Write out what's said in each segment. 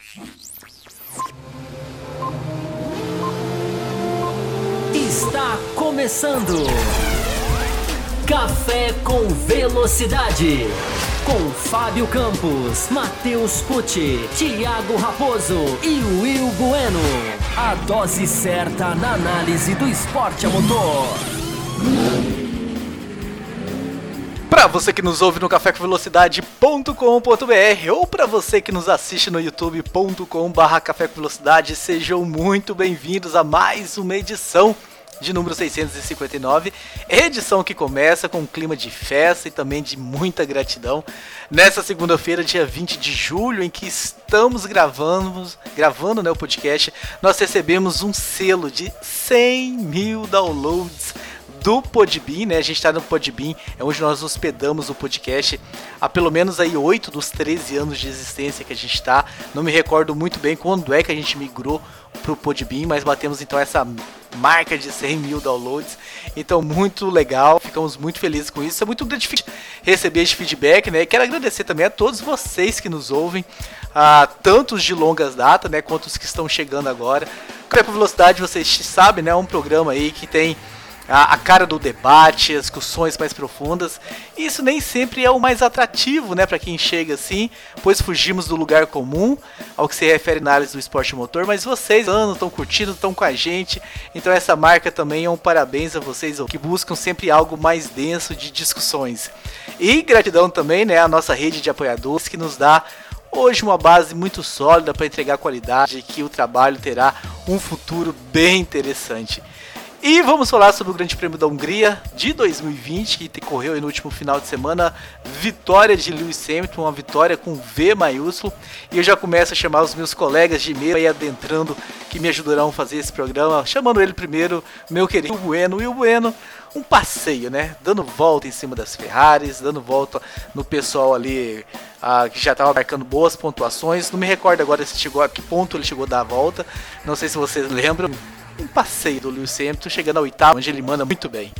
Está começando Café com Velocidade, com Fábio Campos, Matheus Pucci, Thiago Raposo e Will Bueno. A dose certa na análise do esporte a motor. Para você que nos ouve no cafécomvelocidade.com.br ou para você que nos assiste no youtube.com/Café com Velocidade, sejam muito bem-vindos a mais uma edição de número 659, edição que começa com um clima de festa e também de muita gratidão. Nessa segunda-feira, dia 20 de julho, em que estamos gravando o podcast, nós recebemos um selo de 100 mil downloads do Podbean, né? A gente está no Podbean, é onde nós hospedamos o podcast há pelo menos aí 8 dos 13 anos de existência que a gente está. Não me recordo muito bem quando é que a gente migrou pro Podbean, mas batemos então essa marca de 100 mil downloads. Então, muito legal, ficamos muito felizes com isso. É muito gratificante receber esse feedback, né? E quero agradecer também a todos vocês que nos ouvem, tanto os de longas datas, né, quanto os que estão chegando agora. Café com Velocidade, vocês sabem, né? É um programa aí que tem a cara do debate, as discussões mais profundas. Isso nem sempre é o mais atrativo, né, para quem chega assim, pois fugimos do lugar comum ao que se refere à análise do esporte motor, mas vocês estão curtindo, estão com a gente, então essa marca também é um parabéns a vocês que buscam sempre algo mais denso de discussões. E gratidão também, né, à nossa rede de apoiadores que nos dá hoje uma base muito sólida para entregar qualidade e que o trabalho terá um futuro bem interessante. E vamos falar sobre o Grande Prêmio da Hungria de 2020, que decorreu no último final de semana. Vitória de Lewis Hamilton, uma vitória com V maiúsculo. E eu já começo a chamar os meus colegas de mesa aí adentrando, que me ajudarão a fazer esse programa. Chamando ele primeiro, meu querido Will Bueno. Um passeio, né? Dando volta em cima das Ferraris, dando volta no pessoal ali que já estava marcando boas pontuações. Não me recordo agora se chegou a que ponto ele chegou a dar a volta. Não sei se vocês lembram. Um passeio do Lewis Hamilton, chegando ao oitavo, onde ele manda muito bem.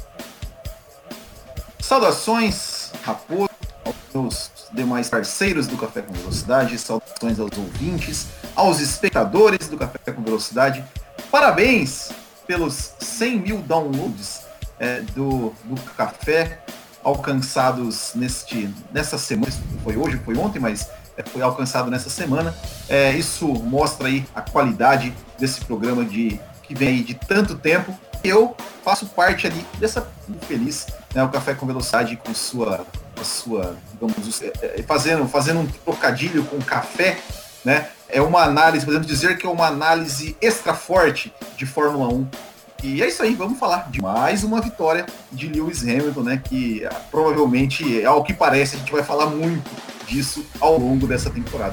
Saudações, Raposo, aos demais parceiros do Café com Velocidade, saudações aos ouvintes, aos espectadores do Café com Velocidade. Parabéns pelos 100 mil downloads do Café, alcançados nessa semana. Foi hoje, foi ontem, mas foi alcançado nessa semana. Isso mostra aí a qualidade desse programa que vem aí de tanto tempo. Eu faço parte ali dessa feliz, né, o Café com Velocidade com sua digamos, fazendo um trocadilho com café, né? É uma análise, podemos dizer que é uma análise extra forte de Fórmula 1. E é isso aí, vamos falar de mais uma vitória de Lewis Hamilton, né? Que provavelmente, ao que parece, a gente vai falar muito disso ao longo dessa temporada.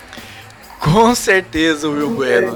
Com certeza, Will Bueno.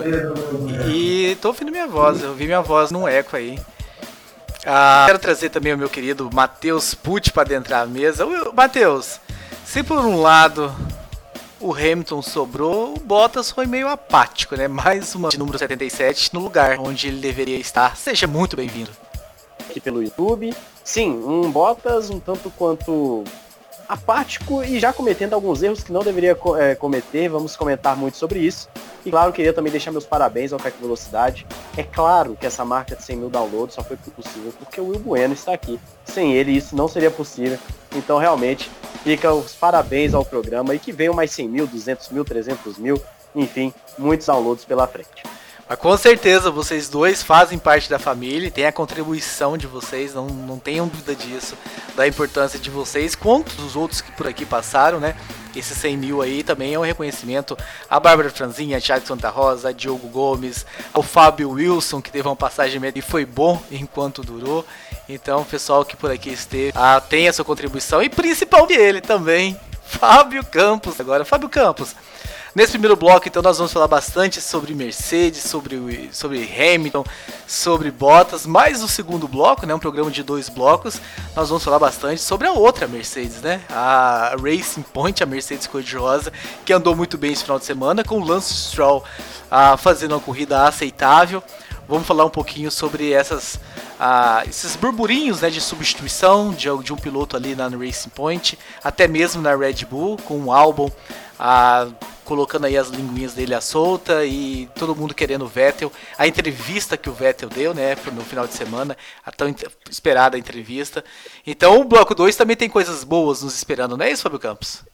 E tô ouvindo minha voz, eu ouvi minha voz num eco aí. Quero trazer também o meu querido Matheus Pucci para adentrar a mesa. Matheus, se por um lado o Hamilton sobrou, o Bottas foi meio apático, né? Mais uma de número 77 no lugar onde ele deveria estar. Seja muito bem-vindo. Aqui pelo YouTube. Sim, um Bottas um tanto quanto apático e já cometendo alguns erros que não deveria cometer. Vamos comentar muito sobre isso. E claro, queria também deixar meus parabéns ao Café com Velocidade. É claro que essa marca de 100 mil downloads só foi possível porque o Will Bueno está aqui. Sem ele, isso não seria possível. Então, realmente, fica os parabéns ao programa e que venham mais 100 mil, 200 mil, 300 mil, enfim, muitos downloads pela frente. Mas com certeza vocês dois fazem parte da família e tem a contribuição de vocês, não tenham dúvida disso, da importância de vocês, quanto dos outros que por aqui passaram, né? Esses 100 mil aí também é um reconhecimento a Bárbara Franzinha, a Thiago Santa Rosa, a Diogo Gomes, ao Fábio Wilson, que teve uma passagem média e foi bom enquanto durou. Então o pessoal que por aqui esteve tem a sua contribuição e principalmente ele também, Fábio Campos. Agora, Fábio Campos, nesse primeiro bloco, então, nós vamos falar bastante sobre Mercedes, sobre Hamilton, sobre Bottas. Mais o segundo bloco, né, um programa de 2 blocos, nós vamos falar bastante sobre a outra Mercedes, né, a Racing Point, a Mercedes cor-de-rosa, que andou muito bem esse final de semana, com o Lance Stroll fazendo uma corrida aceitável. Vamos falar um pouquinho sobre esses burburinhos, né, de substituição de um piloto ali na Racing Point, até mesmo na Red Bull, com o Albon colocando aí as linguinhas dele à solta e todo mundo querendo o Vettel. A entrevista que o Vettel deu, né, no final de semana, a tão esperada entrevista. Então o bloco 2 também tem coisas boas nos esperando, não é isso, Fábio Campos?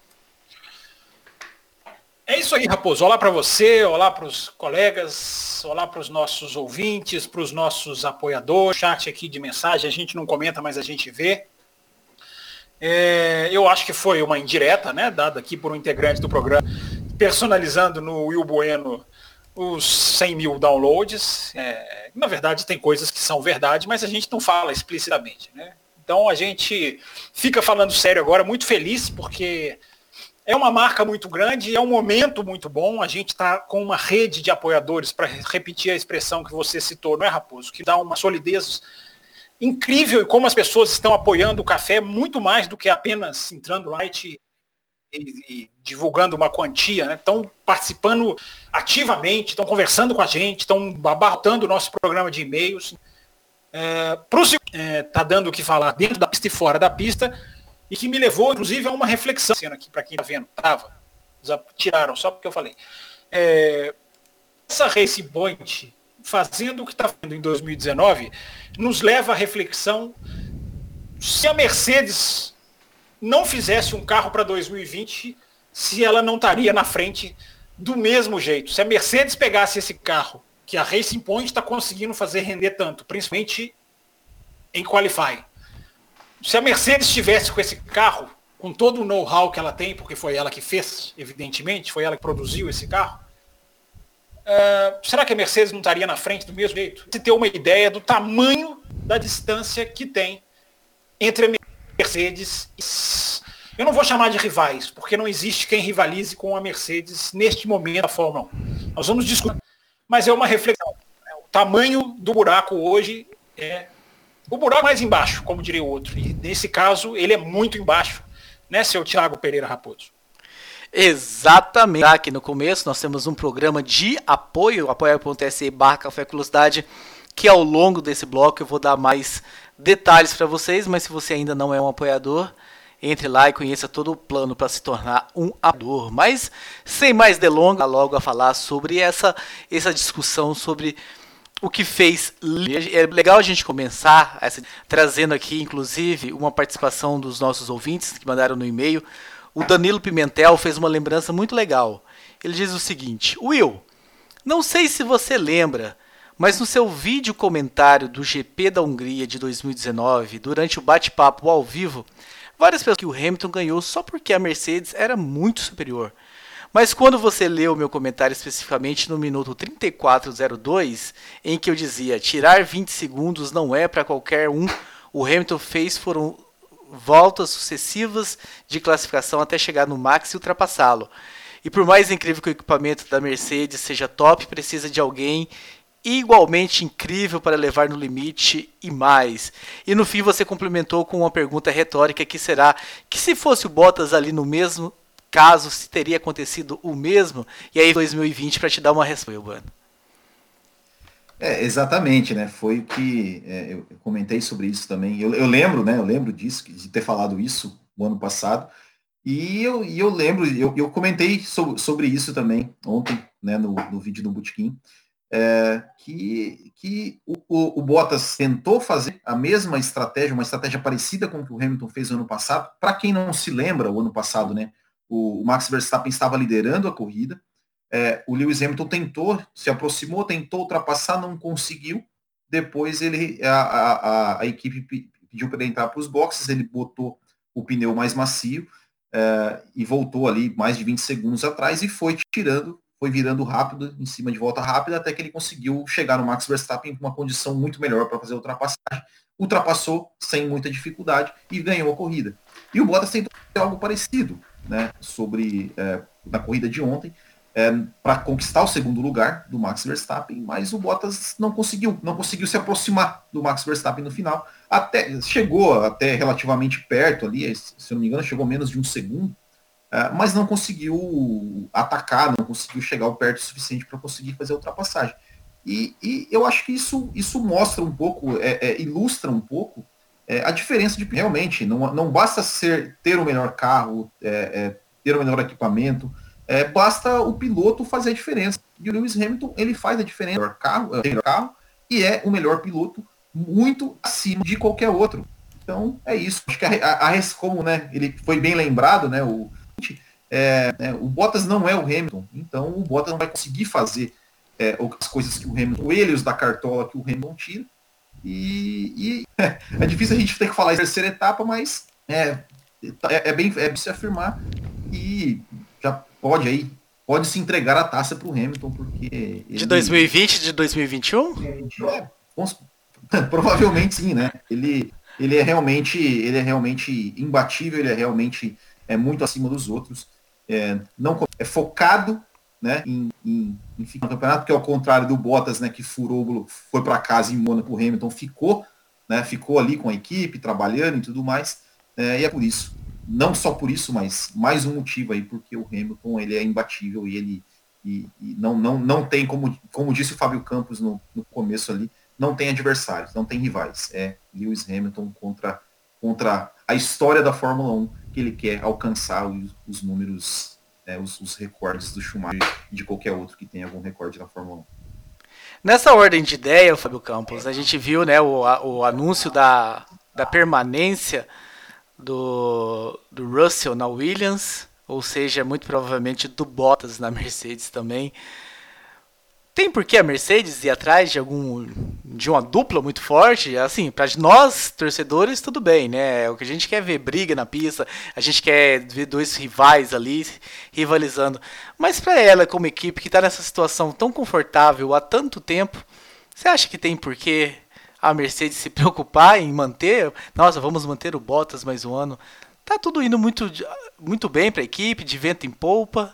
É isso aí, Raposo. Olá para você, olá para os colegas, olá para os nossos ouvintes, para os nossos apoiadores. Chat aqui de mensagem, a gente não comenta, mas a gente vê. Eu acho que foi uma indireta, né, dada aqui por um integrante do programa, personalizando no Will Bueno os 100 mil downloads. Na verdade, tem coisas que são verdade, mas a gente não fala explicitamente, né? Então a gente fica falando sério agora, muito feliz, porque é uma marca muito grande, é um momento muito bom. A gente está com uma rede de apoiadores, para repetir a expressão que você citou, não é, Raposo? Que dá uma solidez incrível, e como as pessoas estão apoiando o café muito mais do que apenas entrando lá e divulgando uma quantia, né? Estão participando ativamente, estão conversando com a gente, estão abarrotando o nosso programa de e-mails. Tá dando o que falar dentro da pista e fora da pista, e que me levou, inclusive, a uma reflexão aqui, para quem está vendo. Tiraram, só porque eu falei. Essa Racing Point, fazendo o que está fazendo em 2019, nos leva à reflexão se a Mercedes não fizesse um carro para 2020, se ela não estaria na frente do mesmo jeito. Se a Mercedes pegasse esse carro que a Racing Point está conseguindo fazer render tanto, principalmente em qualifying. Se a Mercedes estivesse com esse carro, com todo o know-how que ela tem, porque foi ela que fez, evidentemente, foi ela que produziu esse carro, será que a Mercedes não estaria na frente do mesmo jeito? Se ter uma ideia do tamanho da distância que tem entre a Mercedes e... Eu não vou chamar de rivais, porque não existe quem rivalize com a Mercedes neste momento da Fórmula 1. Nós vamos discutir, mas é uma reflexão. O tamanho do buraco hoje é o buraco mais embaixo, como diria o outro. E nesse caso, ele é muito embaixo, né, seu Thiago Pereira Raposo? Exatamente. Aqui no começo nós temos um programa de apoio, apoia.se/Café com Velocidade, que ao longo desse bloco eu vou dar mais detalhes para vocês, mas se você ainda não é um apoiador, entre lá e conheça todo o plano para se tornar um apoiador. Mas sem mais delongas, logo a falar sobre essa discussão sobre o que fez. É legal a gente começar trazendo aqui, inclusive, uma participação dos nossos ouvintes que mandaram no e-mail. O Danilo Pimentel fez uma lembrança muito legal. Ele diz o seguinte: Will, não sei se você lembra, mas no seu vídeo comentário do GP da Hungria de 2019, durante o bate-papo ao vivo, várias pessoas que o Hamilton ganhou só porque a Mercedes era muito superior. Mas quando você leu o meu comentário especificamente no minuto 34:02, em que eu dizia, tirar 20 segundos não é para qualquer um, o Hamilton fez foram voltas sucessivas de classificação até chegar no Max e ultrapassá-lo. E por mais incrível que o equipamento da Mercedes seja top, precisa de alguém igualmente incrível para levar no limite e mais. E no fim você complementou com uma pergunta retórica que será que se fosse o Bottas ali no mesmo caso, se teria acontecido o mesmo? E aí 2020 para te dar uma resposta, Urbano. Exatamente, né? Foi o que eu comentei sobre isso também. Eu lembro, né? Eu lembro disso, de ter falado isso no ano passado. E eu lembro, eu comentei sobre isso também ontem, né? No vídeo do Botequim. Que o Bottas tentou fazer a mesma estratégia, uma estratégia parecida com o que o Hamilton fez no ano passado. Para quem não se lembra, o ano passado, né? O Max Verstappen estava liderando a corrida. O Lewis Hamilton se aproximou, tentou ultrapassar, não conseguiu. Depois a equipe pediu para ele entrar para os boxes, ele botou o pneu mais macio e voltou ali mais de 20 segundos atrás e foi virando rápido, em cima de volta rápida, até que ele conseguiu chegar no Max Verstappen com uma condição muito melhor para fazer a ultrapassagem. Ultrapassou sem muita dificuldade e ganhou a corrida. E o Bottas tentou fazer algo parecido, né, na corrida de ontem, para conquistar o segundo lugar do Max Verstappen, mas o Bottas não conseguiu se aproximar do Max Verstappen no final. Chegou até relativamente perto ali, se eu não me engano, chegou menos de um segundo, mas não conseguiu atacar, não conseguiu chegar perto o suficiente para conseguir fazer a ultrapassagem. E eu acho que isso mostra um pouco, ilustra um pouco a diferença de realmente, não basta ter o melhor carro, ter o melhor equipamento, basta o piloto fazer a diferença. E o Lewis Hamilton, ele faz a diferença. É o melhor carro e é o melhor piloto, muito acima de qualquer outro. Então, é isso. Acho que como, né, ele foi bem lembrado, né, o Bottas não é o Hamilton. Então, o Bottas não vai conseguir fazer as coisas que o Hamilton, coelhos da cartola que o Hamilton tira. E é difícil a gente ter que falar em terceira etapa, mas é bem se afirmar que já pode se entregar a taça para o Hamilton, porque de 2020, de 2021? Provavelmente sim, né? Ele é realmente imbatível, ele é realmente muito acima dos outros. Não é focado, né, em ficar no campeonato, que ao contrário do Bottas, né, que furou, foi para casa em Mônaco, o Hamilton ficou ali com a equipe, trabalhando e tudo mais, e é por isso, não só por isso, mas mais um motivo aí, porque o Hamilton, ele é imbatível e ele não tem, como disse o Fábio Campos no começo ali, não tem adversários, não tem rivais, é Lewis Hamilton contra a história da Fórmula 1, que ele quer alcançar os números, os recordes do Schumacher e de qualquer outro que tenha algum recorde na Fórmula 1. Nessa ordem de ideia, Fábio Campos, a gente viu, né, o anúncio da permanência do Russell na Williams, ou seja, muito provavelmente do Bottas na Mercedes também. Tem por que a Mercedes ir atrás de uma dupla muito forte? Assim, para nós, torcedores, tudo bem, né? O que a gente quer é ver briga na pista, a gente quer ver dois rivais ali rivalizando. Mas para ela, como equipe que está nessa situação tão confortável há tanto tempo, você acha que tem por que a Mercedes se preocupar em manter? Nossa, vamos manter o Bottas mais um ano. Tá tudo indo muito, muito bem para a equipe, de vento em polpa.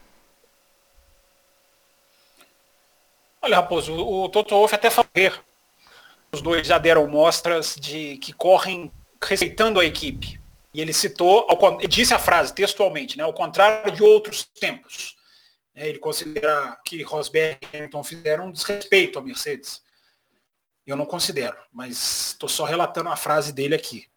Olha, Raposo, o Toto Wolff até falou. Os dois já deram mostras de que correm respeitando a equipe. E ele ele disse a frase textualmente, né, ao contrário de outros tempos. Ele considera que Rosberg e Hamilton fizeram um desrespeito à Mercedes. Eu não considero, mas estou só relatando a frase dele aqui.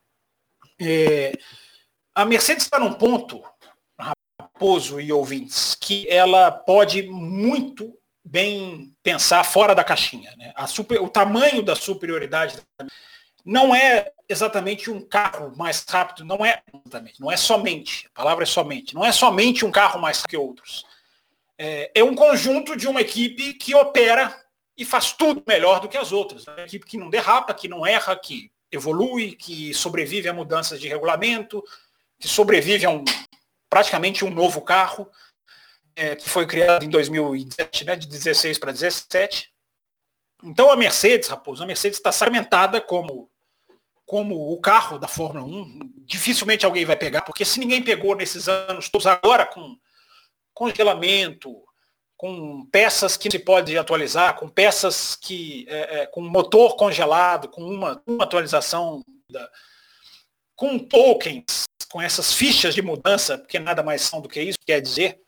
A Mercedes está num ponto, Raposo e ouvintes, que ela pode muito bem pensar fora da caixinha, né? O tamanho da superioridade não é exatamente um carro mais rápido, não é somente, a palavra é somente, não é somente um carro mais rápido que outros. É um conjunto de uma equipe que opera e faz tudo melhor do que as outras. Uma equipe que não derrapa, que não erra, que evolui, que sobrevive a mudanças de regulamento, que sobrevive a praticamente um novo carro, que foi criado em 2017, né, de 16 para 17. Então a Mercedes, Raposo, está sacramentada como o carro da Fórmula 1. Dificilmente alguém vai pegar, porque se ninguém pegou nesses anos todos, agora com congelamento, com peças que não se pode atualizar, com peças com motor congelado, com uma atualização, com tokens, com essas fichas de mudança, porque nada mais são do que isso, quer dizer.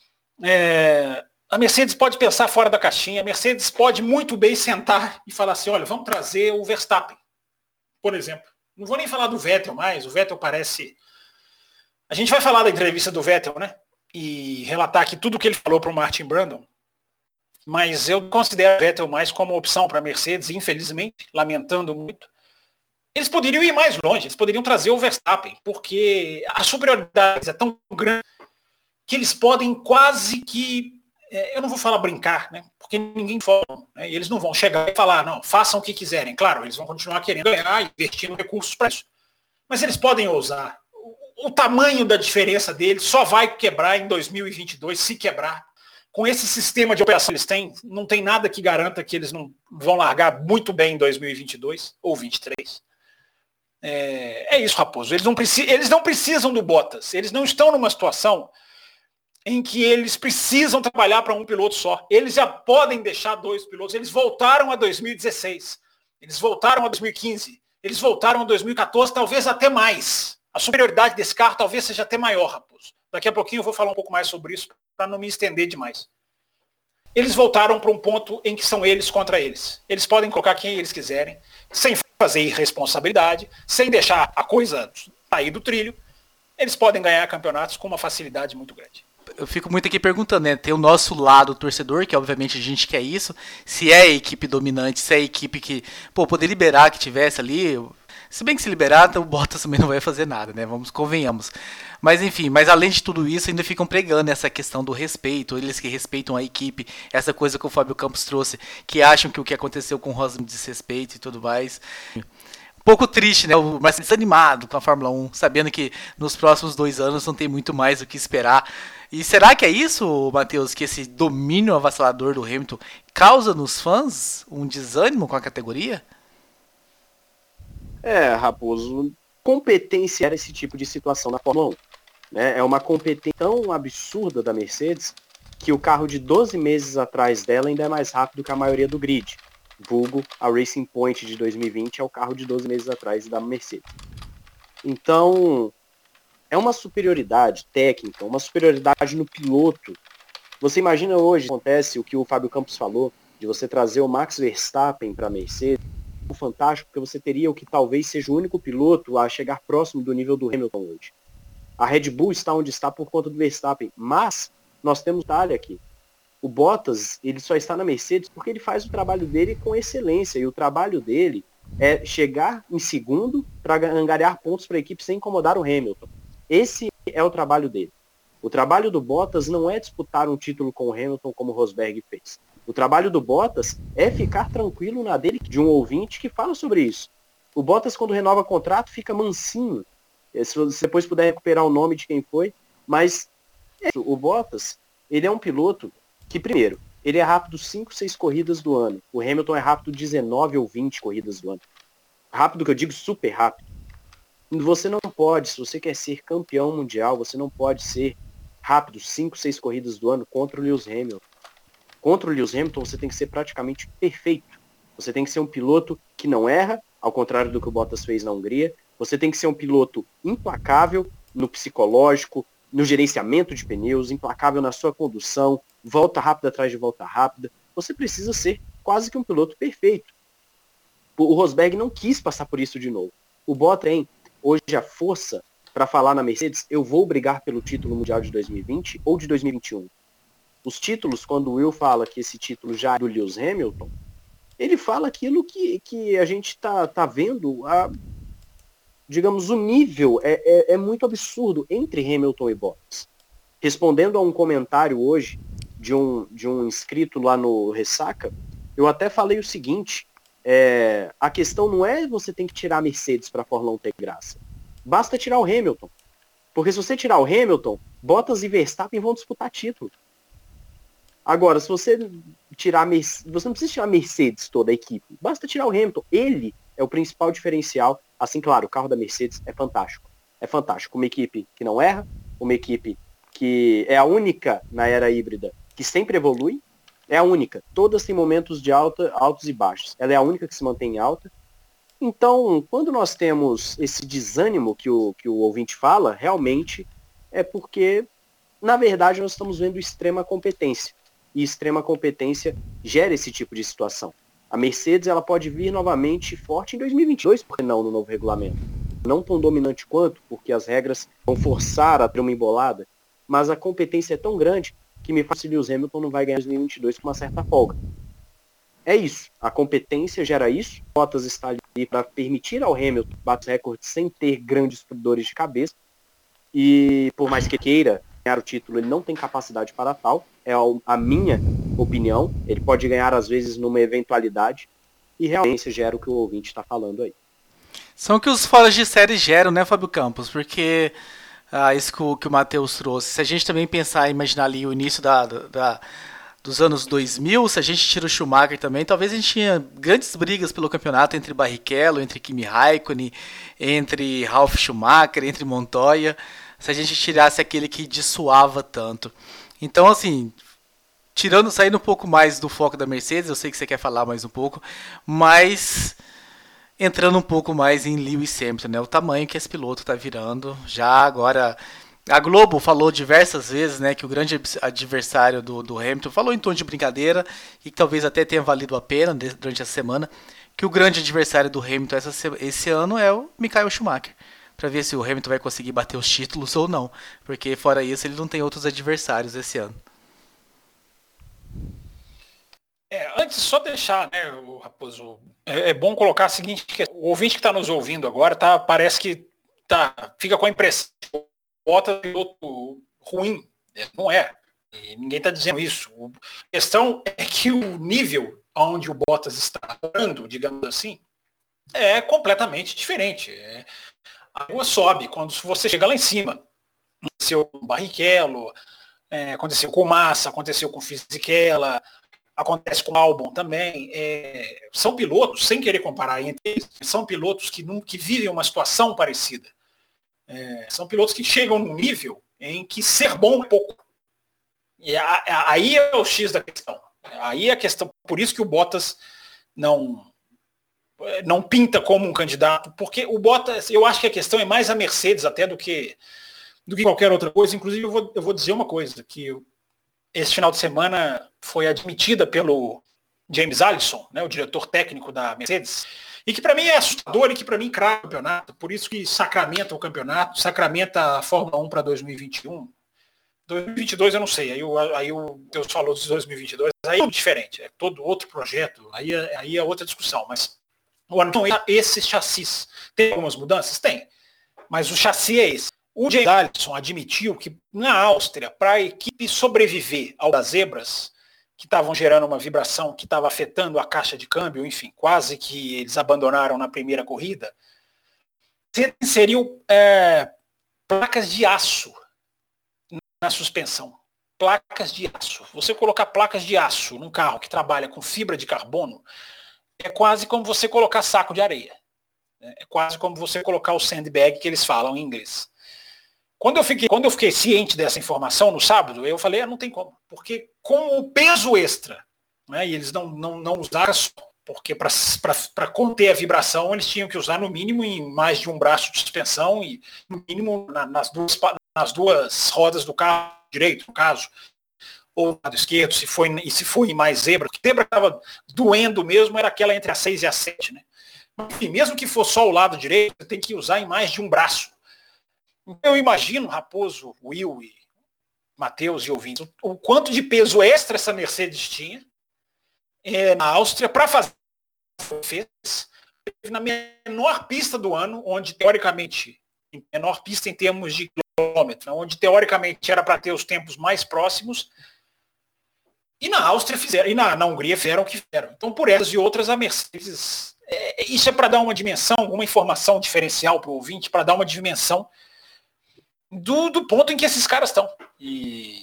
A Mercedes pode pensar fora da caixinha, a Mercedes pode muito bem sentar e falar assim, olha, vamos trazer o Verstappen, por exemplo. Não vou nem falar do Vettel mais, o Vettel parece... A gente vai falar da entrevista do Vettel, né? E relatar aqui tudo o que ele falou para o Martin Brundle, mas eu considero o Vettel mais como opção para a Mercedes, infelizmente, lamentando muito. Eles poderiam ir mais longe, eles poderiam trazer o Verstappen, porque a superioridade é tão grande que eles podem quase que, eu não vou falar brincar, né? Porque ninguém fala, né? E eles não vão chegar e falar, não, façam o que quiserem. Claro, eles vão continuar querendo ganhar, investindo recursos para isso. Mas eles podem ousar. O tamanho da diferença deles só vai quebrar em 2022, se quebrar. Com esse sistema de operação que eles têm, não tem nada que garanta que eles não vão largar muito bem em 2022 ou 2023. É isso, Raposo. Eles não precisam do Bottas. Eles não estão numa situação em que eles precisam trabalhar para um piloto só. Eles já podem deixar dois pilotos. Eles voltaram a 2016. Eles voltaram a 2015. Eles voltaram a 2014, talvez até mais. A superioridade desse carro talvez seja até maior, Raposo. Daqui a pouquinho eu vou falar um pouco mais sobre isso, para não me estender demais. Eles voltaram para um ponto em que são eles contra eles. Eles podem colocar quem eles quiserem, sem fazer irresponsabilidade, sem deixar a coisa sair do trilho. Eles podem ganhar campeonatos com uma facilidade muito grande. eu fico muito aqui perguntando, né? Tem o nosso lado torcedor, que obviamente a gente quer isso. Se é a equipe dominante, se é a equipe que, poder liberar que tivesse ali. Se bem que se liberar, então o Bottas também não vai fazer nada, né? Convenhamos. Mas enfim, mas além de tudo isso, ainda ficam pregando essa questão do respeito, eles que respeitam a equipe, essa coisa que o Fábio Campos trouxe, que acham que o que aconteceu com o Rosberg desrespeito e tudo mais. Um pouco triste, né? Mas desanimado com a Fórmula 1, sabendo que nos próximos 2 anos não tem muito mais o que esperar. E será que é isso, Matheus, que esse domínio avassalador do Hamilton causa nos fãs um desânimo com a categoria? Raposo, competência era esse tipo de situação na Fórmula 1. Né? É uma competência tão absurda da Mercedes que o carro de 12 meses atrás dela ainda é mais rápido que a maioria do grid. Vulgo, a Racing Point de 2020 é o carro de 12 meses atrás da Mercedes. Então, é uma superioridade técnica, uma superioridade no piloto. Você imagina hoje, acontece o que o Fábio Campos falou, de você trazer o Max Verstappen para a Mercedes, fantástico, porque você teria o que talvez seja o único piloto a chegar próximo do nível do Hamilton hoje. A Red Bull está onde está por conta do Verstappen, mas nós temos detalhe aqui. O Bottas, ele só está na Mercedes porque ele faz o trabalho dele com excelência, e o trabalho dele é chegar em segundo para angariar pontos para a equipe sem incomodar o Hamilton. Esse é o trabalho dele. O trabalho do Bottas não é disputar um título com o Hamilton como o Rosberg fez. O trabalho do Bottas é ficar tranquilo na dele, de um ouvinte que fala sobre isso. O Bottas, quando renova contrato, fica mansinho. Se você depois puder recuperar o nome de quem foi. Mas o Bottas, ele é um piloto que, primeiro, ele é rápido 5, 6 corridas do ano. O Hamilton é rápido 19 ou 20 corridas do ano. Rápido que eu digo super rápido. Você não pode, se você quer ser campeão mundial, você não pode ser rápido 5, 6 corridas do ano contra o Lewis Hamilton. Contra o Lewis Hamilton, você tem que ser praticamente perfeito. Você tem que ser um piloto que não erra, ao contrário do que o Bottas fez na Hungria. Você tem que ser um piloto implacável no psicológico, no gerenciamento de pneus, implacável na sua condução, volta rápida atrás de volta rápida. Você precisa ser quase que um piloto perfeito. O Rosberg não quis passar por isso de novo. O Bottas tem hoje a força para falar na Mercedes, eu vou brigar pelo título mundial de 2020 ou de 2021. Os títulos, quando o Will fala que esse título já é do Lewis Hamilton, ele fala aquilo que a gente tá vendo, digamos, o nível é muito absurdo entre Hamilton e Bottas. Respondendo a um comentário hoje de um inscrito lá no Ressaca, eu até falei o seguinte, a questão não é você tem que tirar a Mercedes para a Fórmula 1 ter graça. Basta tirar o Hamilton. Porque se você tirar o Hamilton, Bottas e Verstappen vão disputar título. Agora, se você tirar a Mercedes, você não precisa tirar a Mercedes toda a equipe, basta tirar o Hamilton. Ele é o principal diferencial. Assim, claro, o carro da Mercedes é fantástico. É fantástico. Uma equipe que não erra, uma equipe que é a única na era híbrida que sempre evolui, é a única. Todas têm momentos de altos e baixos. Ela é a única que se mantém em alta. Então, quando nós temos esse desânimo que o ouvinte fala, realmente é porque, na verdade, nós estamos vendo extrema competência. E extrema competência gera esse tipo de situação. A Mercedes ela pode vir novamente forte em 2022, por que não, no novo regulamento? Não tão dominante quanto, porque as regras vão forçar a ter uma embolada, mas a competência é tão grande que me faz que o Lewis Hamilton não vai ganhar em 2022 com uma certa folga. É isso, a competência gera isso, Bottas está ali para permitir ao Hamilton bater recordes sem ter grandes dores de cabeça, e por mais que queira ganhar o título, ele não tem capacidade para tal, é a minha opinião, ele pode ganhar às vezes numa eventualidade, e realmente gera o que o ouvinte está falando aí. São o que os fora de série geram, né, Fábio Campos? Porque isso que o Matheus trouxe, se a gente também pensar, imaginar ali o início dos anos 2000, se a gente tira o Schumacher também, talvez a gente tinha grandes brigas pelo campeonato entre Barrichello, entre Kimi Raikkonen, entre Ralf Schumacher, entre Montoya, se a gente tirasse aquele que dissuava tanto. Então, assim, saindo um pouco mais do foco da Mercedes, eu sei que você quer falar mais um pouco, mas entrando um pouco mais em Lewis Hamilton, né? O tamanho que esse piloto está virando. Já agora, a Globo falou diversas vezes, né, que o grande adversário do Hamilton, falou em tom de brincadeira, e que talvez até tenha valido a pena durante essa semana, que o grande adversário do Hamilton esse ano é o Michael Schumacher. para ver se o Hamilton vai conseguir bater os títulos ou não, porque fora isso ele não tem outros adversários esse ano. Antes, só deixar, né, o Raposo, é bom colocar a seguinte, que o ouvinte que está nos ouvindo agora, parece que fica com a impressão que o Bottas é um piloto ruim. Não é. E ninguém está dizendo isso. A questão é que o nível onde o Bottas está andando, digamos assim, é completamente diferente. A rua sobe quando você chega lá em cima. Aconteceu com o Barrichello, aconteceu com o Massa, aconteceu com o Fisichella, acontece com o Albon também. São pilotos, sem querer comparar entre eles, são pilotos que vivem uma situação parecida. São pilotos que chegam num nível em que ser bom é pouco. E aí é o X da questão. Aí é a questão, por isso que o Bottas não pinta como um candidato, porque o Bottas, eu acho que a questão é mais a Mercedes até do que qualquer outra coisa. Inclusive eu vou dizer uma coisa, que esse final de semana foi admitida pelo James Allison, né, o diretor técnico da Mercedes, e que para mim é assustador e que para mim crava o campeonato, por isso que sacramenta o campeonato, sacramenta a Fórmula 1 para 2021. 2022 eu não sei, aí o Deus falou de 2022, aí é diferente, é todo outro projeto, aí é outra discussão, mas o ano esse chassis tem algumas mudanças? Tem, mas o chassi é esse. O James Allison admitiu que na Áustria, para a equipe sobreviver ao das zebras, que estavam gerando uma vibração que estava afetando a caixa de câmbio, enfim, quase que eles abandonaram na primeira corrida, inseriu placas de aço na suspensão. Placas de aço. Você colocar placas de aço num carro que trabalha com fibra de carbono é quase como você colocar saco de areia. É quase como você colocar o sandbag que eles falam em inglês. Quando eu fiquei ciente dessa informação no sábado, eu falei, não tem como. Porque com o peso extra, né, e eles não usaram, porque para conter a vibração eles tinham que usar no mínimo em mais de um braço de suspensão e no mínimo nas duas rodas do carro direito, no caso, ou do lado esquerdo, se foi mais zebra. O que zebra estava doendo mesmo era aquela entre a 6 e a 7, né? Enfim, mesmo que for só o lado direito, você tem que usar em mais de um braço. Então, eu imagino, Raposo, Will e Matheus e ouvintes, o quanto de peso extra essa Mercedes tinha na Áustria para fazer o que fez na menor pista do ano, onde teoricamente, menor pista em termos de quilômetro, onde teoricamente era para ter os tempos mais próximos, e na Áustria fizeram, e na Hungria fizeram o que fizeram. Então, por essas e outras, a Mercedes, isso é para dar uma dimensão, uma informação diferencial para o ouvinte, para dar uma dimensão do ponto em que esses caras estão. E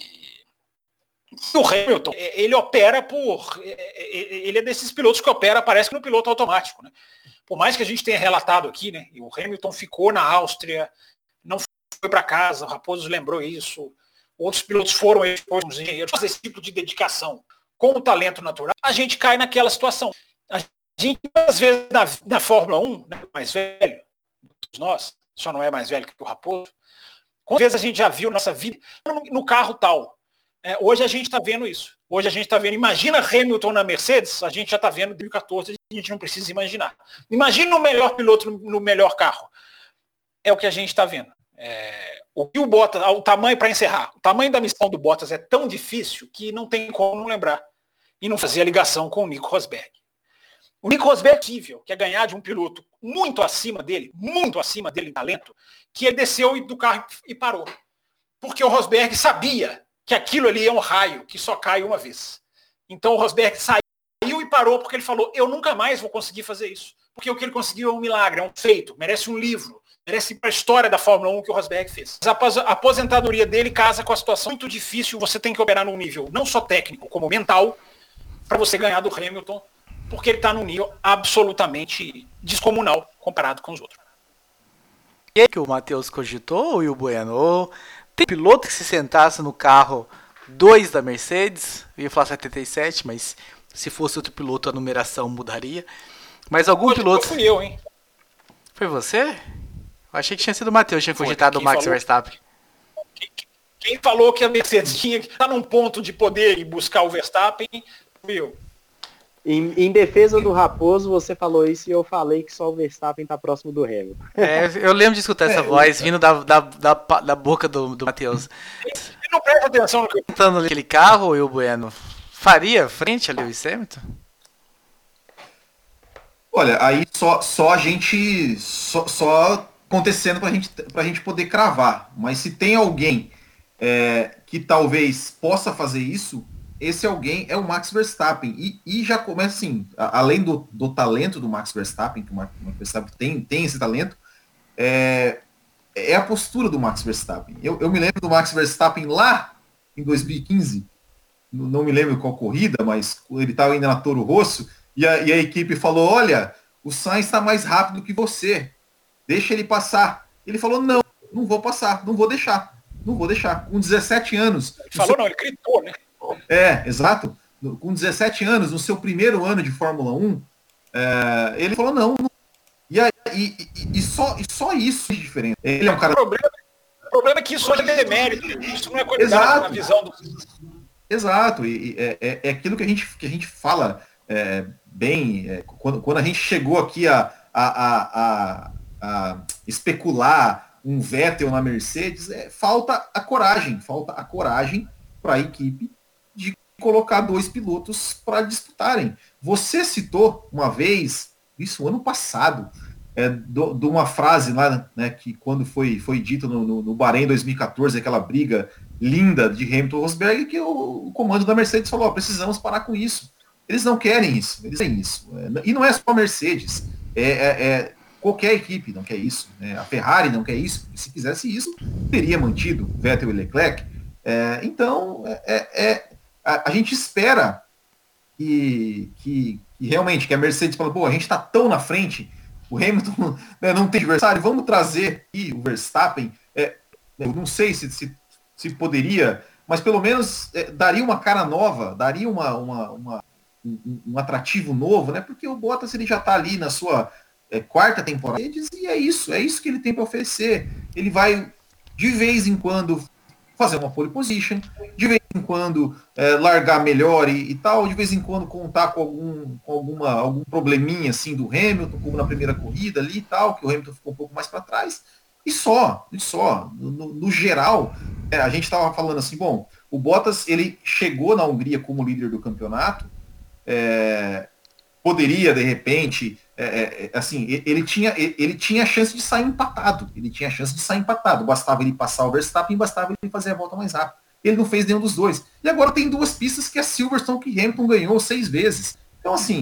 o Hamilton, ele opera ele é desses pilotos que opera, parece que no piloto automático, né? Por mais que a gente tenha relatado aqui, né? E o Hamilton ficou na Áustria, não foi para casa, o Raposo lembrou isso, outros pilotos foram os engenheiros, fazer esse tipo de dedicação com o talento natural, a gente cai naquela situação. A gente, às vezes, na Fórmula 1, né, mais velho, nós, só não é mais velho que o Raposo, quantas vezes a gente já viu nossa vida no carro tal. Hoje a gente está vendo isso. Hoje a gente está vendo, imagina Hamilton na Mercedes, a gente já está vendo em 2014, a gente não precisa imaginar. Imagina o melhor piloto no melhor carro. É o que a gente está vendo. O que o Bottas, o tamanho, para encerrar, o tamanho da missão do Bottas é tão difícil que não tem como não lembrar e não fazer a ligação com o Nico Rosberg. O Nico Rosberg é possível, que é ganhar de um piloto muito acima dele em talento, que ele desceu do carro e parou. Porque o Rosberg sabia que aquilo ali é um raio que só cai uma vez. Então o Rosberg saiu e parou porque ele falou, eu nunca mais vou conseguir fazer isso. Porque o que ele conseguiu é um milagre, é um feito, merece um livro, merece ir para a história da Fórmula 1 que o Rosberg fez. Mas a aposentadoria dele casa com a situação muito difícil, você tem que operar num nível não só técnico, como mental, para você ganhar do Hamilton, porque ele está num nível absolutamente descomunal comparado com os outros. E aí que o Matheus cogitou, e o Bueno, tem piloto que se sentasse no carro 2 da Mercedes, eu ia falar 77, mas se fosse outro piloto a numeração mudaria. Mas algum piloto... Fui eu, hein? Foi você? Eu achei que tinha sido o Matheus, tinha cogitado o Max Verstappen. Quem falou que a Mercedes tinha que estar num ponto de poder e buscar o Verstappen, fui eu. Em defesa do Raposo, você falou isso e eu falei que só o Verstappen tá próximo do Hamilton. Eu lembro de escutar essa voz vindo da boca do Matheus. Ele não presta atenção no que eu Tentando aquele carro, o Bueno, faria frente a Lewis Hamilton? Olha, aí só a gente. Só acontecendo pra gente poder cravar. Mas se tem alguém que talvez possa fazer isso, esse alguém é o Max Verstappen. E já começa assim, além do talento do Max Verstappen, que o Max Verstappen tem esse talento, é a postura do Max Verstappen. Eu me lembro do Max Verstappen lá em 2015, não me lembro qual corrida, mas ele estava indo na Toro Rosso, e a equipe falou, olha, o Sainz está mais rápido que você, deixa ele passar. Ele falou, não vou passar, não vou deixar. Com 17 anos. Ele falou, ele gritou, né? Exato. Com 17 anos, no seu primeiro ano de Fórmula 1, ele falou, não. E só isso é diferente. Ele é um cara... O problema é que isso hoje é demérito, isso não é qualidade na visão do... Exato, e é aquilo que a gente fala quando a gente chegou aqui a especular um Vettel na Mercedes, falta a coragem para a equipe de colocar dois pilotos para disputarem. Você citou uma vez, isso ano passado, de uma frase lá, né, que quando foi dito no Bahrein 2014, aquela briga linda de Hamilton e Rosberg, que o comando da Mercedes falou, precisamos parar com isso. Eles não querem isso, eles querem isso. E não é só a Mercedes, qualquer equipe não quer isso. A Ferrari não quer isso. Se quisesse isso, teria mantido Vettel e Leclerc. Então, a gente espera que realmente que a Mercedes fala, a gente está tão na frente, o Hamilton não tem adversário, vamos trazer aqui o Verstappen. Eu não sei se poderia, mas pelo menos daria uma cara nova, daria um atrativo novo, né? Porque o Bottas ele já está ali na sua quarta temporada e é isso que ele tem para oferecer. Ele vai de vez em quando fazer uma pole position, de vez em quando largar melhor e tal, de vez em quando contar com algum probleminha assim do Hamilton, como na primeira corrida ali e tal, que o Hamilton ficou um pouco mais para trás, e só. No geral, a gente estava falando assim, o Bottas ele chegou na Hungria como líder do campeonato, poderia de repente, assim, ele tinha a chance de sair empatado, bastava ele passar o Verstappen, bastava ele fazer a volta mais rápida. Ele não fez nenhum dos dois. E agora tem duas pistas que é Silverstone, que Hamilton ganhou 6 vezes. Então, assim,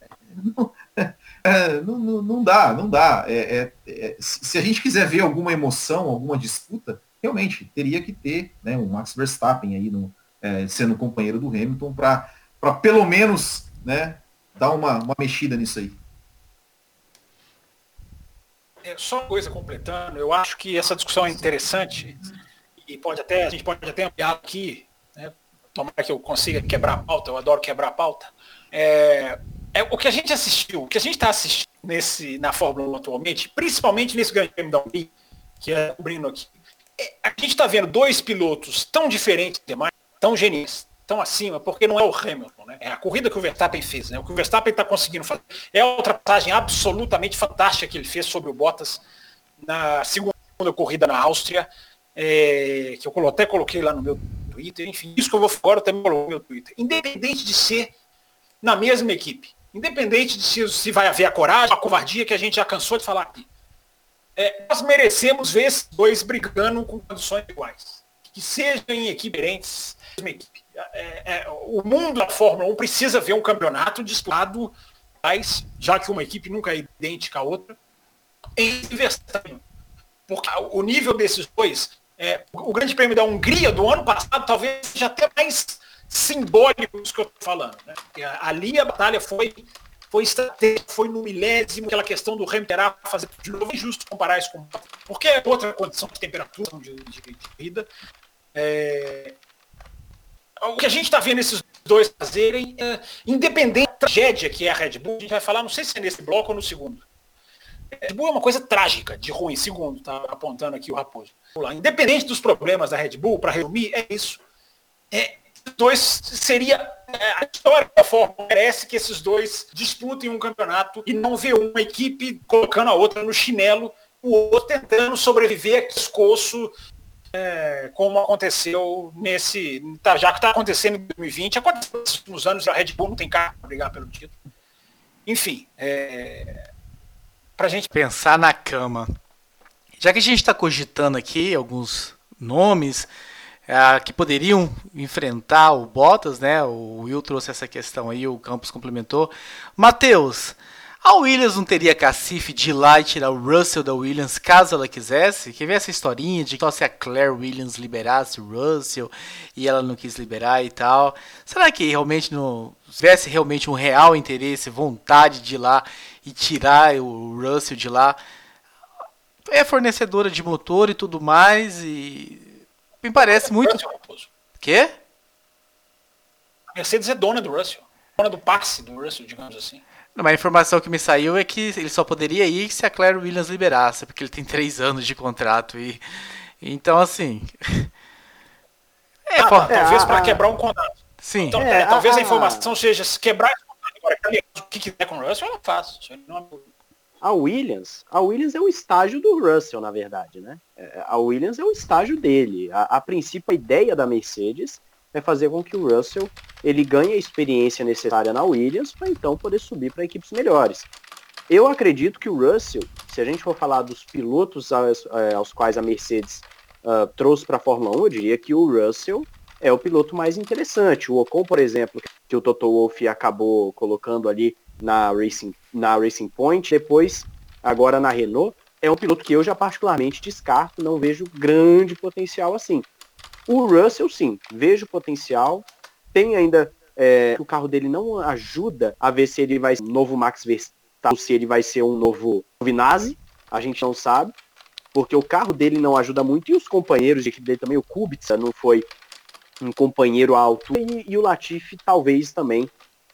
não dá. Se a gente quiser ver alguma emoção, alguma disputa, realmente teria que ter, né, o Max Verstappen aí sendo companheiro do Hamilton para pelo menos, né, dar uma mexida nisso aí. Só uma coisa completando, eu acho que essa discussão é interessante e a gente pode até ampliar aqui, né? Tomara que eu consiga quebrar a pauta, eu adoro quebrar a pauta. O que a gente assistiu, o que a gente está assistindo na Fórmula 1 atualmente, principalmente nesse Grande Prêmio da Hungria, que é cobrindo aqui, a gente está vendo dois pilotos tão diferentes demais, tão geniais, tão acima, porque não é o Hamilton, né? É a corrida que o Verstappen fez, né? O que o Verstappen está conseguindo fazer é a ultrapassagem absolutamente fantástica que ele fez sobre o Bottas na segunda corrida na Áustria, que eu até coloquei lá no meu Twitter, enfim, isso que eu vou falar agora eu também coloquei no meu Twitter. Independente de ser na mesma equipe, independente de se vai haver a coragem, a covardia que a gente já cansou de falar aqui, nós merecemos ver esses dois brigando com condições iguais. Que sejam em equipes diferentes, mesma equipe. O mundo da Fórmula 1 precisa ver um campeonato disputado, já que uma equipe nunca é idêntica à outra, em Verstappen. Porque o nível desses dois, o Grande Prêmio da Hungria do ano passado, talvez seja até mais simbólico do que eu estou falando. Né? Ali a batalha foi estratégica, foi no milésimo, aquela questão do Hamilton fazer de novo. É injusto comparar isso com... Porque é outra condição de temperatura, de vida. O que a gente está vendo esses dois fazerem, independente da tragédia que é a Red Bull, a gente vai falar, não sei se é nesse bloco ou no segundo. A Red Bull é uma coisa trágica, de ruim, segundo, tá apontando aqui o Raposo. Independente dos problemas da Red Bull, para resumir, é isso. Dois seria a história da Fórmula 1 merece que esses dois disputem um campeonato e não ver uma equipe colocando a outra no chinelo, o outro tentando sobreviver a escoço, como aconteceu já que está acontecendo em 2020, aconteceu nos últimos anos, a Red Bull não tem carro para brigar pelo título. Enfim, para a gente pensar na cama. Já que a gente está cogitando aqui alguns nomes que poderiam enfrentar o Bottas, né? O Will trouxe essa questão aí, o Campos complementou. Matheus, a Williams não teria cacife de ir lá e tirar o Russell da Williams caso ela quisesse? Quer ver essa historinha de que só se a Claire Williams liberasse o Russell e ela não quis liberar e tal? Será que realmente não tivesse realmente um real interesse, vontade de ir lá e tirar o Russell de lá? É fornecedora de motor e tudo mais e me parece muito... Quê? A Mercedes é dona do Russell, dona do passe do Russell, digamos assim. Mas a informação que me saiu é que ele só poderia ir se a Claire Williams liberasse, porque ele tem 3 anos de contrato e então assim... talvez para quebrar um contrato. Sim. Então, talvez a informação seja se quebrar esse contrato agora, o que quiser com o Russell, ela faz. A Williams é o estágio do Russell, na verdade, né? A Williams é o estágio dele. A princípio, a ideia da Mercedes é fazer com que o Russell ele ganhe a experiência necessária na Williams para então poder subir para equipes melhores. Eu acredito que o Russell, se a gente for falar dos pilotos aos quais a Mercedes trouxe para a Fórmula 1, eu diria que o Russell é o piloto mais interessante. O Ocon, por exemplo, que o Toto Wolff acabou colocando ali na Racing Point, depois, agora na Renault, é um piloto que eu já particularmente descarto, não vejo grande potencial assim. O Russell, sim, vejo potencial, tem ainda, o carro dele não ajuda a ver se ele vai ser um novo Max Verstappen, ou se ele vai ser um novo Giovinazzi, a gente não sabe, porque o carro dele não ajuda muito, e os companheiros de equipe dele também, o Kubica não foi um companheiro à altura, e o Latifi talvez também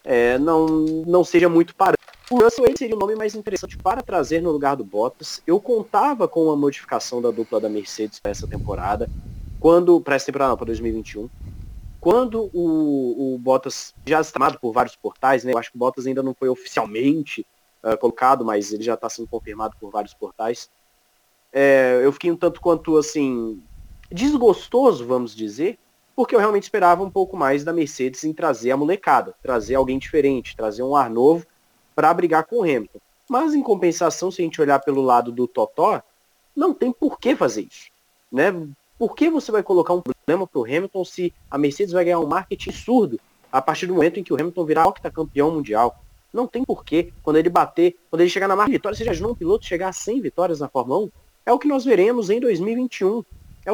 não seja muito parâmetro. O Russell ele seria o nome mais interessante para trazer no lugar do Bottas. Eu contava com uma modificação da dupla da Mercedes para essa temporada, para 2021, quando o Bottas já está chamado por vários portais, né? Eu acho que o Bottas ainda não foi oficialmente colocado, mas ele já está sendo confirmado por vários portais. Eu fiquei um tanto quanto assim desgostoso, vamos dizer, porque eu realmente esperava um pouco mais da Mercedes em trazer a molecada, trazer alguém diferente, trazer um ar novo para brigar com o Hamilton. Mas, em compensação, se a gente olhar pelo lado do Totó, não tem por que fazer isso. Né? Por que você vai colocar um problema para o Hamilton se a Mercedes vai ganhar um marketing surdo a partir do momento em que o Hamilton virar octacampeão mundial? Não tem porquê. Quando ele chegar na marca de vitórias, você já imaginou um piloto chegar a 100 vitórias na Fórmula 1? É o que nós veremos em 2021.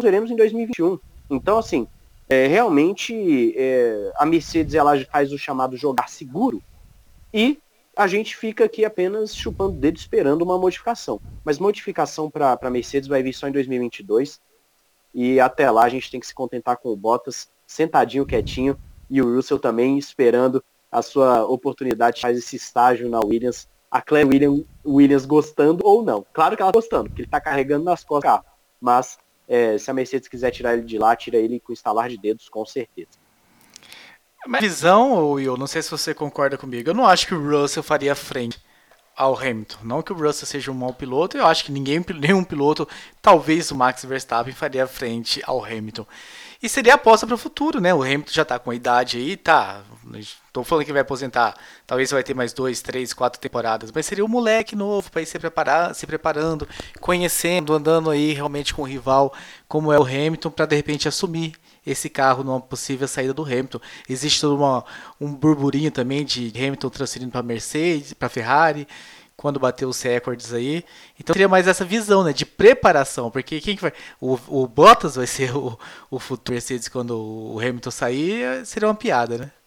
Então, assim, realmente a Mercedes ela faz o chamado jogar seguro e a gente fica aqui apenas chupando o dedo esperando uma modificação. Mas modificação para a Mercedes vai vir só em 2022 e até lá a gente tem que se contentar com o Bottas sentadinho, quietinho, e o Russell também esperando a sua oportunidade de fazer esse estágio na Williams. A Claire Williams gostando ou não. Claro que ela gostando, porque ele está carregando nas costas do carro. Mas se a Mercedes quiser tirar ele de lá, tira ele com estalar de dedos, com certeza. Mas visão, Will, não sei se você concorda comigo, eu não acho que o Russell faria frente ao Hamilton. Não que o Russell seja um mau piloto, eu acho que nenhum piloto, talvez o Max Verstappen, faria frente ao Hamilton. E seria aposta para o futuro, né? O Hamilton já tá com a idade aí, tá. Tô falando que vai aposentar. Talvez vai ter mais 2, 3, 4 temporadas. Mas seria um moleque novo para ir se preparando, conhecendo, andando aí realmente com um rival como é o Hamilton, para de repente assumir esse carro numa possível saída do Hamilton. Existe todo um burburinho também de Hamilton transferindo para Mercedes, para Ferrari, quando bater os recordes aí. Então seria mais essa visão, né, de preparação, porque quem que vai... O Bottas vai ser o futuro Mercedes quando o Hamilton sair, seria uma piada, né?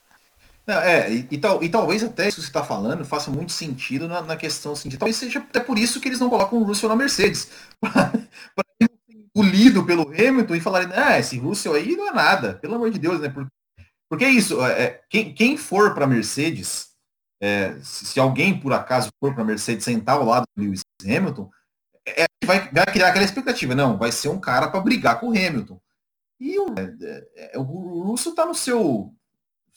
E talvez até isso que você está falando faça muito sentido na questão assim, talvez seja até por isso que eles não colocam o Russell na Mercedes. Para ser engolido pelo Hamilton e falarem, esse Russell aí não é nada, pelo amor de Deus, né? Porque é isso, quem for para a Mercedes, se alguém por acaso for para a Mercedes sentar ao lado do Lewis Hamilton, vai criar aquela expectativa, não, vai ser um cara para brigar com o Hamilton. E o Russell está no seu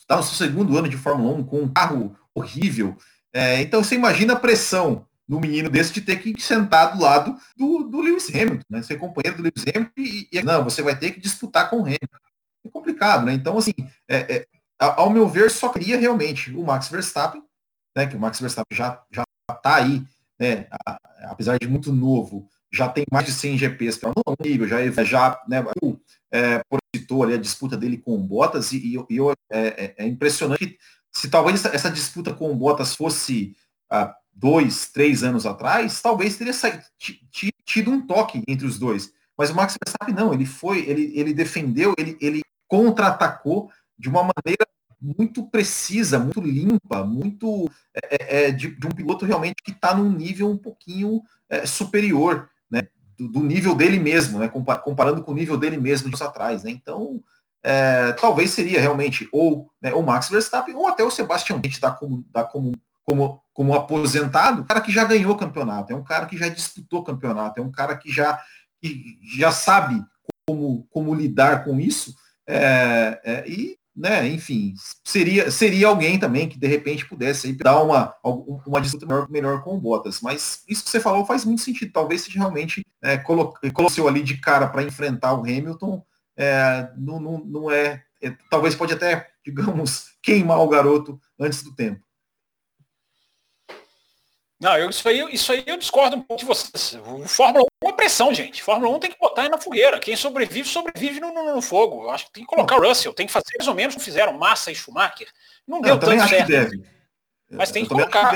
está no seu segundo ano de Fórmula 1 com um carro horrível. Então você imagina a pressão no menino desse de ter que sentar do lado do Lewis Hamilton, né? Ser companheiro do Lewis Hamilton e não, você vai ter que disputar com o Hamilton. É complicado, né? Então, assim, ao meu ver, só queria realmente o Max Verstappen, né? Que o Max Verstappen já está aí, né? Apesar de muito novo, já tem mais de 100 GPs para um nível, já né? Citou ali a disputa dele com o Bottas e é impressionante que se talvez essa disputa com o Bottas fosse 2, 3 anos atrás, talvez teria tido um toque entre os dois. Mas o Max Verstappen não, ele defendeu, ele contra-atacou de uma maneira muito precisa, muito limpa, muito de um piloto realmente que está num nível um pouquinho superior, né, do nível dele mesmo, né, comparando com o nível dele mesmo de atrás, né. Então, talvez seria realmente ou o Max Verstappen ou até o Sebastian Vettel como aposentado, um cara que já ganhou campeonato, é um cara que já disputou campeonato, é um cara que já sabe como lidar com isso, e, né, enfim, seria alguém também que de repente pudesse aí dar uma disputa melhor com o Bottas. Mas isso que você falou faz muito sentido. Talvez seja realmente colocou ali de cara para enfrentar o Hamilton, não talvez pode até, digamos, queimar o garoto antes do tempo. Não, isso aí eu discordo um pouco de vocês. O Fórmula 1 é pressão, gente. Fórmula 1 tem que botar aí na fogueira. Quem sobrevive no fogo. Eu acho que tem que colocar o Russell, tem que fazer mais ou menos o que fizeram Massa e Schumacher. Não deu tanto certo. Mas tem que colocar.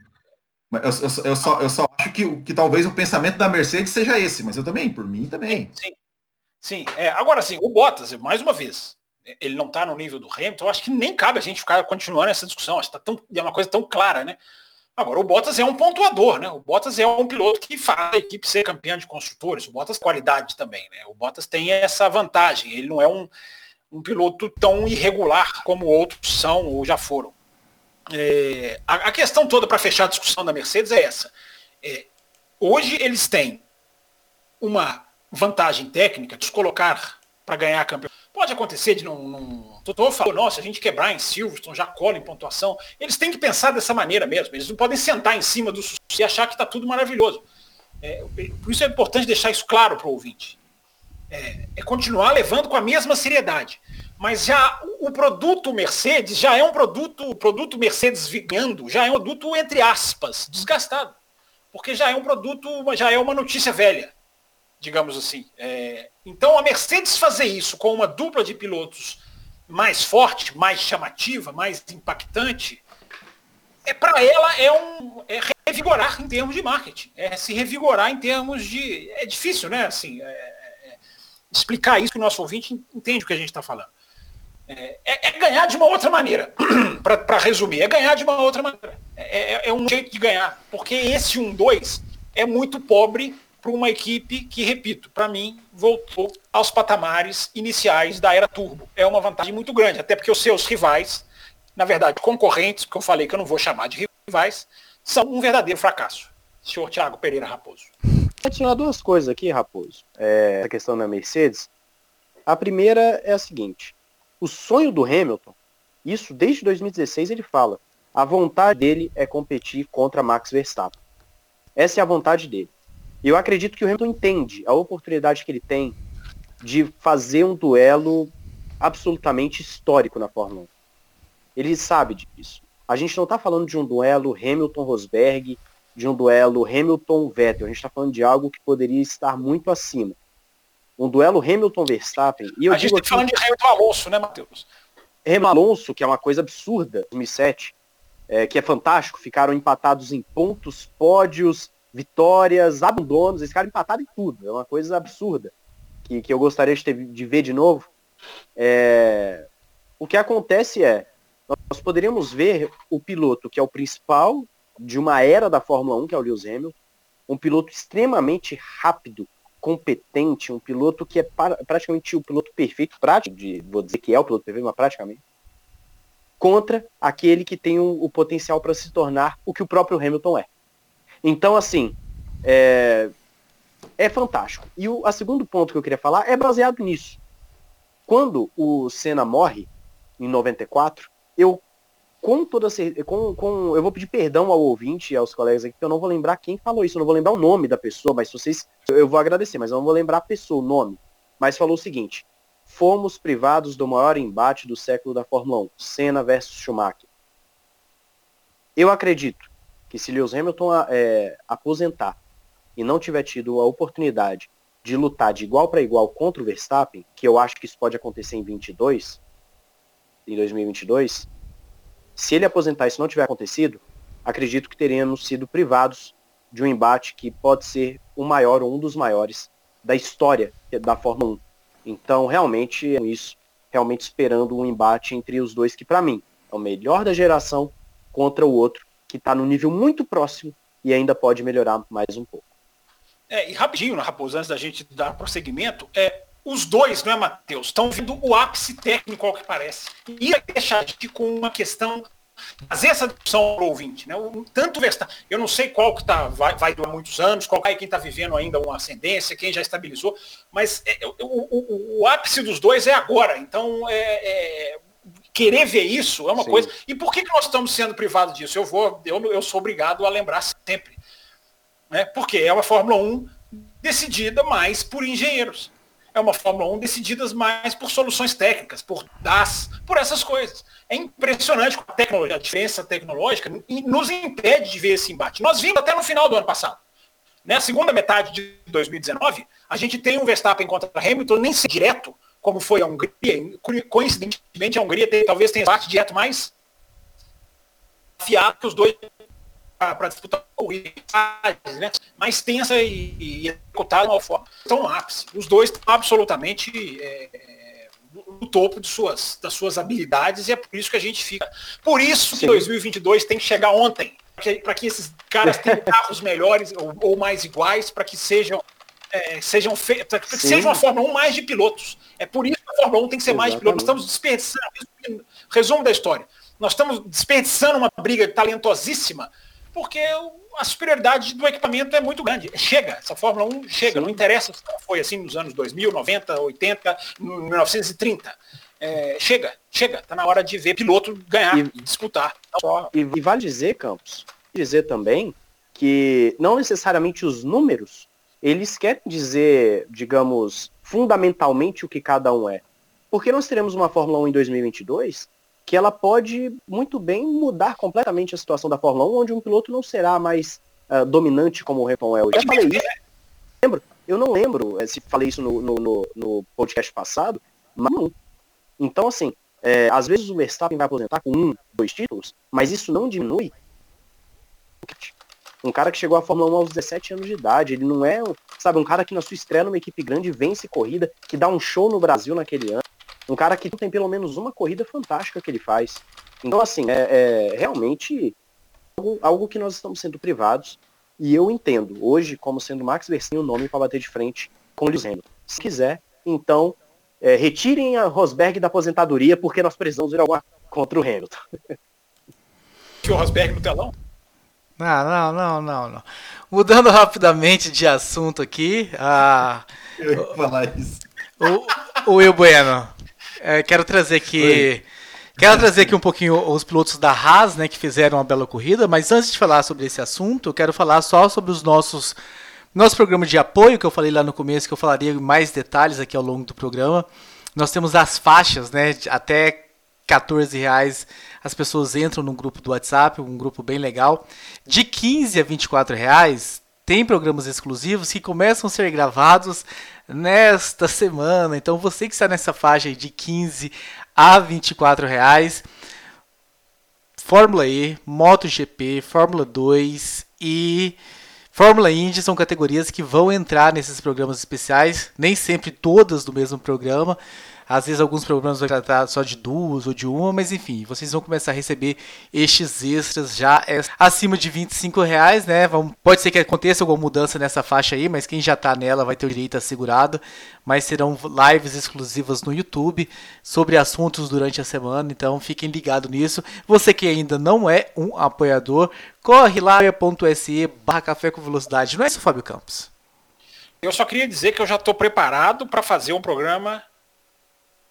Eu só acho que talvez o pensamento da Mercedes seja esse, mas eu também, por mim também. Sim. Agora sim, o Bottas, mais uma vez, ele não está no nível do Hamilton. Eu acho que nem cabe a gente ficar continuando essa discussão. Acho que é uma coisa tão clara, né? Agora, o Bottas é um pontuador, né? O Bottas é um piloto que faz a equipe ser campeã de construtores. O Bottas qualidade também, né? O Bottas tem essa vantagem. Ele não é um piloto tão irregular como outros são ou já foram. A questão toda para fechar a discussão da Mercedes é essa. Hoje eles têm uma vantagem técnica de se colocar para ganhar a campeonato. Pode acontecer de não. Tô falando, nossa, se a gente quebrar em Silverstone, já cola em pontuação. Eles têm que pensar dessa maneira mesmo. Eles não podem sentar em cima do sucesso e achar que está tudo maravilhoso. Por isso é importante deixar isso claro para o ouvinte. Continuar levando com a mesma seriedade. Mas já o produto Mercedes já é um produto Mercedes ganhando, já é um produto, entre aspas, desgastado. Porque já é um produto, já é uma notícia velha, digamos assim. Então a Mercedes fazer isso com uma dupla de pilotos mais forte, mais chamativa, mais impactante, para ela é revigorar em termos de marketing, se revigorar em termos de... É difícil, né? Assim, explicar isso que o nosso ouvinte entende o que a gente está falando. Ganhar de uma outra maneira, para resumir, ganhar de uma outra maneira. É um jeito de ganhar, porque esse 1-2 é muito pobre para uma equipe que, repito, para mim, voltou aos patamares iniciais da era turbo. É uma vantagem muito grande, até porque os seus rivais, na verdade, concorrentes, que eu falei que eu não vou chamar de rivais, são um verdadeiro fracasso. Senhor Thiago Pereira Raposo. Vou adicionar duas coisas aqui, Raposo. A questão da Mercedes. A primeira é a seguinte. O sonho do Hamilton, isso desde 2016 ele fala, a vontade dele é competir contra Max Verstappen. Essa é a vontade dele. Eu acredito que o Hamilton entende a oportunidade que ele tem de fazer um duelo absolutamente histórico na Fórmula 1. Ele sabe disso. A gente não está falando de um duelo Hamilton-Rosberg, de um duelo Hamilton-Vettel. A gente está falando de algo que poderia estar muito acima. Um duelo Hamilton-Verstappen. A gente está falando de Hamilton-Alonso, né, Matheus? Hamilton-Alonso, que é uma coisa absurda, 2007, que é fantástico, ficaram empatados em pontos, pódios, vitórias, abandonos, eles ficaram empatados em tudo. É uma coisa absurda, que eu gostaria de ver de novo. O que acontece nós poderíamos ver o piloto que é o principal de uma era da Fórmula 1, que é o Lewis Hamilton, um piloto extremamente rápido, competente, um piloto que é praticamente o piloto perfeito, vou dizer que é o piloto perfeito, mas praticamente, contra aquele que tem o potencial para se tornar o que o próprio Hamilton é. Então, assim, é fantástico. E o segundo ponto que eu queria falar é baseado nisso. Quando o Senna morre, em 94, eu com toda certeza, eu vou pedir perdão ao ouvinte e aos colegas aqui, que eu não vou lembrar quem falou isso, eu não vou lembrar o nome da pessoa, mas se vocês, eu vou agradecer, mas eu não vou lembrar a pessoa, o nome. Mas falou o seguinte: fomos privados do maior embate do século da Fórmula 1, Senna versus Schumacher. Eu acredito que se Lewis Hamilton aposentar e não tiver tido a oportunidade de lutar de igual para igual contra o Verstappen, que eu acho que isso pode acontecer em 2022, se ele aposentar e isso não tiver acontecido, acredito que teríamos sido privados de um embate que pode ser o maior ou um dos maiores da história da Fórmula 1. Então, realmente, é isso. Realmente esperando um embate entre os dois, que para mim é o melhor da geração contra o outro, que está no nível muito próximo e ainda pode melhorar mais um pouco. E rapidinho, Raposo, antes da gente dar prosseguimento, os dois, não é, Matheus, estão vendo o ápice técnico, ao que parece. E deixar a gente com uma questão, fazer essa discussão para o ouvinte, né? Tanto Verstappen, eu não sei qual que vai durar muitos anos, qual é quem está vivendo ainda uma ascendência, quem já estabilizou, mas o ápice dos dois é agora. Então, querer ver isso é uma Sim. coisa. E por que nós estamos sendo privados disso? Eu sou obrigado a lembrar sempre. Né? Porque é uma Fórmula 1 decidida mais por engenheiros. É uma Fórmula 1 decidida mais por soluções técnicas, por essas coisas. É impressionante com a diferença tecnológica nos impede de ver esse embate. Nós vimos até no final do ano passado. Na segunda metade de 2019, a gente tem um Verstappen contra Hamilton, nem ser direto, como foi a Hungria. Coincidentemente, a Hungria talvez tenha embate direto mais afiado que os dois para disputar né? Mais tensa e executada de uma forma. Estão no ápice. Os dois estão absolutamente no topo das suas habilidades, e é por isso que a gente fica. Por isso que 2022 tem que chegar ontem, para que esses caras tenham carros melhores ou mais iguais, para que sejam feitos, que seja uma Fórmula 1 mais de pilotos. É por isso que a Fórmula 1 tem que ser mais de pilotos. Nós estamos desperdiçando, resumo da história, nós estamos desperdiçando uma briga talentosíssima, porque a superioridade do equipamento é muito grande. Chega, essa Fórmula 1 chega, Sim. Não interessa se foi assim nos anos 2000, 90, 80, 1930. Chega, tá na hora de ver piloto ganhar e disputar. E vale dizer, Campos, dizer também que não necessariamente os números, eles querem dizer, digamos, fundamentalmente o que cada um é. Porque nós teremos uma Fórmula 1 em 2022 que ela pode muito bem mudar completamente a situação da Fórmula 1, onde um piloto não será mais dominante como o Hamilton é hoje. Eu falei isso, eu não lembro se falei isso no podcast passado, mas não. Então, assim, às vezes o Verstappen vai aposentar com 1, 2 títulos, mas isso não diminui. Um cara que chegou à Fórmula 1 aos 17 anos de idade, ele não é, um cara que na sua estreia numa equipe grande vence corrida, que dá um show no Brasil naquele ano. Um cara que tem pelo menos uma corrida fantástica que ele faz. Então, assim, realmente algo que nós estamos sendo privados. E eu entendo, hoje, como sendo Max Verstappen o nome para bater de frente com o Lewis Hamilton. Se quiser, então, retirem a Rosberg da aposentadoria, porque nós precisamos ver alguma contra o Hamilton. Que o Rosberg no telão? Não. Mudando rapidamente de assunto aqui. Eu ia falar isso. O Will Bueno. Quero trazer aqui um pouquinho os pilotos da Haas, né, que fizeram uma bela corrida, mas antes de falar sobre esse assunto, eu quero falar só sobre os nosso programa de apoio, que eu falei lá no começo, que eu falaria mais detalhes aqui ao longo do programa. Nós temos as faixas, né, até R$14, as pessoas entram no grupo do WhatsApp, um grupo bem legal. De R$15 a R$24, tem programas exclusivos que começam a ser gravados nesta semana. Então você que está nessa faixa aí de R$15 a R$24, Fórmula E, MotoGP, Fórmula 2 e Fórmula Indy são categorias que vão entrar nesses programas especiais, nem sempre todas do mesmo programa. Às vezes alguns programas vão tratar só de 2 ou de 1, mas enfim, vocês vão começar a receber estes extras já acima de R$25, né? Pode ser que aconteça alguma mudança nessa faixa aí, mas quem já está nela vai ter o direito assegurado. Mas serão lives exclusivas no YouTube sobre assuntos durante a semana, então fiquem ligados nisso. Você que ainda não é um apoiador, corre lá, apoia.se/café com velocidade. Não é isso, Fábio Campos? Eu só queria dizer que eu já estou preparado para fazer um programa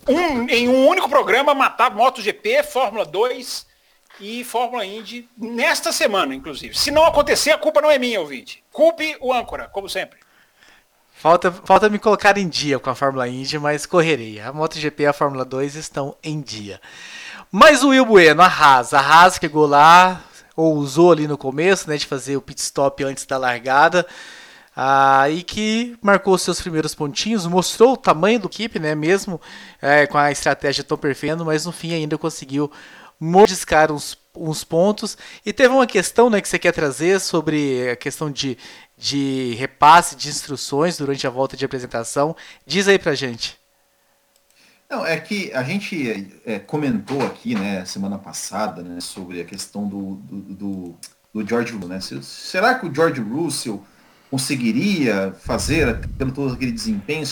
em um único programa matar MotoGP, Fórmula 2 e Fórmula Indy nesta semana, inclusive. Se não acontecer, a culpa não é minha, ouvinte. Culpe o âncora, como sempre. Falta me colocar em dia com a Fórmula Indy, mas correrei. A MotoGP e a Fórmula 2 estão em dia. Mas o Will Bueno, a Haas chegou lá, ou usou ali no começo, né, de fazer o pit stop antes da largada, e que marcou seus primeiros pontinhos, mostrou o tamanho do equipe, né, mesmo com a estratégia tão perfeita, mas no fim ainda conseguiu mordiscar uns pontos. E teve uma questão, né, que você quer trazer sobre a questão de repasse de instruções durante a volta de apresentação. Diz aí pra gente. Não, é que a gente comentou aqui, né, semana passada, né, sobre a questão do George Russell, né? Será que o George Russell conseguiria fazer tendo todo aquele desempenho?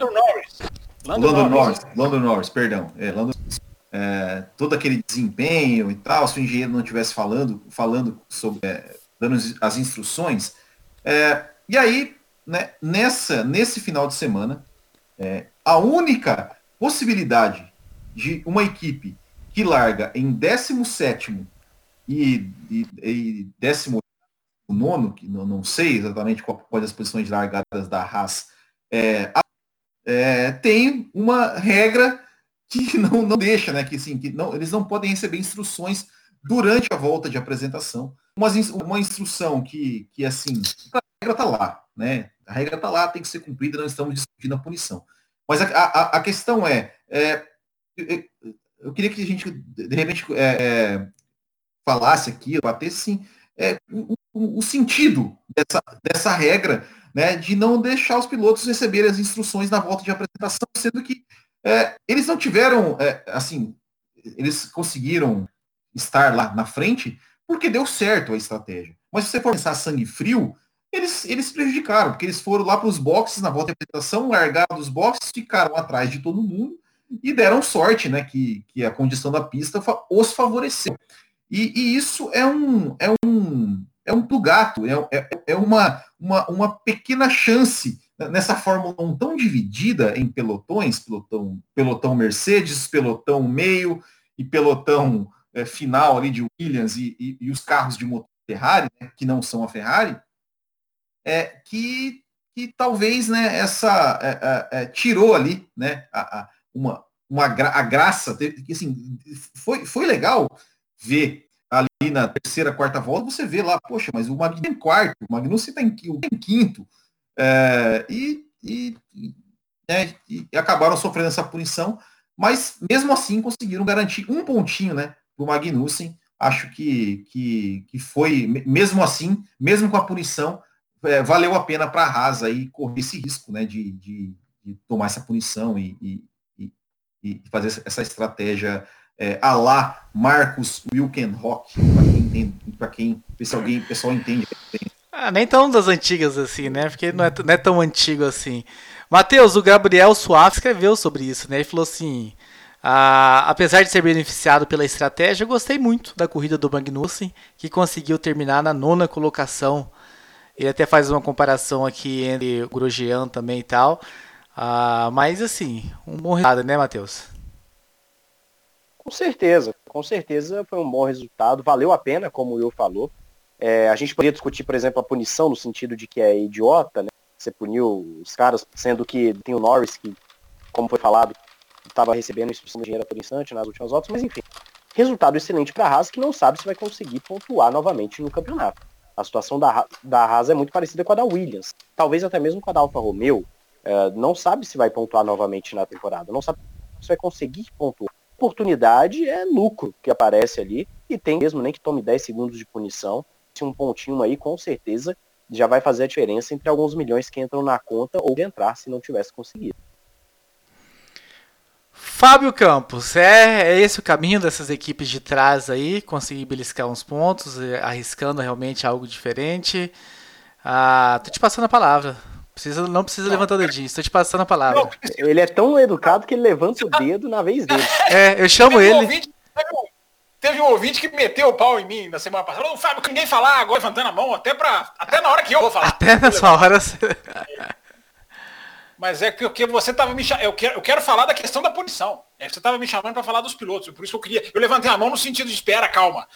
Lando Norris, perdão. Todo aquele desempenho e tal, se o engenheiro não estivesse falando sobre, dando as instruções. E aí, né, nesse final de semana, a única possibilidade de uma equipe que larga em 17º e 19º, que não sei exatamente quais as posições de largadas da Haas, tem uma regra que não deixa, né, que eles não podem receber instruções durante a volta de apresentação. Uma instrução que assim, a regra está lá, né? A regra está lá, tem que ser cumprida, não estamos discutindo a punição. Mas a questão eu queria que a gente, de repente, falasse aqui, batesse sim, o sentido dessa regra, né, de não deixar os pilotos receberem as instruções na volta de apresentação, sendo que eles não tiveram, eles conseguiram estar lá na frente porque deu certo a estratégia. Mas se você for pensar sangue frio, eles se prejudicaram, porque eles foram lá para os boxes na volta de apresentação, largaram dos boxes, ficaram atrás de todo mundo e deram sorte, né, que a condição da pista os favoreceu. E isso é um do gato, é uma pequena chance nessa Fórmula 1 tão dividida em pelotões, pelotão Mercedes, pelotão meio e pelotão final ali de Williams e os carros de motor Ferrari, né, que não são a Ferrari, que talvez, né, tirou ali, né, a graça, que assim, foi legal ver ali na terceira, quarta volta, você vê lá, poxa, mas o Magnussen em quarto, o Magnussen está em quinto, e acabaram sofrendo essa punição, mas mesmo assim conseguiram garantir um pontinho, né, do Magnussen. Acho que foi, mesmo assim, mesmo com a punição, valeu a pena para a Haas aí correr esse risco, né, de tomar essa punição e fazer essa estratégia a lá Marcus Wilkenrock, para quem o pessoal entende. Nem tão das antigas assim, né? Porque não é tão antigo assim. Matheus, o Gabriel Suave escreveu sobre isso, né? Ele falou assim: apesar de ser beneficiado pela estratégia, eu gostei muito da corrida do Magnussen, que conseguiu terminar na 9ª colocação. Ele até faz uma comparação aqui entre o Grosjean também e tal. Mas assim, um bom resultado, né, Matheus? Com certeza foi um bom resultado, valeu a pena, como o Will falou. A gente poderia discutir, por exemplo, a punição no sentido de que é idiota, né? Você puniu os caras, sendo que tem o Norris, que, como foi falado, estava recebendo instrução de dinheiro por instante nas últimas voltas, mas enfim. Resultado excelente para a Haas, que não sabe se vai conseguir pontuar novamente no campeonato. A situação da Haas é muito parecida com a da Williams, talvez até mesmo com a da Alfa Romeo. Não sabe se vai pontuar novamente na temporada, não sabe se vai conseguir pontuar. Oportunidade é lucro que aparece ali, e tem mesmo, nem que tome 10 segundos de punição, se um pontinho aí com certeza já vai fazer a diferença entre alguns milhões que entram na conta ou de entrar se não tivesse conseguido. Fábio Campos, é esse o caminho dessas equipes de trás aí, conseguir beliscar uns pontos, arriscando realmente algo diferente. Tô te passando a palavra. Não precisa levantar o dedinho, estou te passando a palavra. Ele é tão educado que ele levanta o dedo na vez dele. Eu chamo ele. Teve um ouvinte que meteu o pau em mim na semana passada. Não, Fábio, que ninguém falar agora, levantando a mão, até na hora que eu vou falar. Até na sua hora. Mas é porque você estava me chamando. Eu quero falar da questão da punição. Você estava me chamando para falar dos pilotos. Por isso que eu levantei a mão no sentido de espera, calma.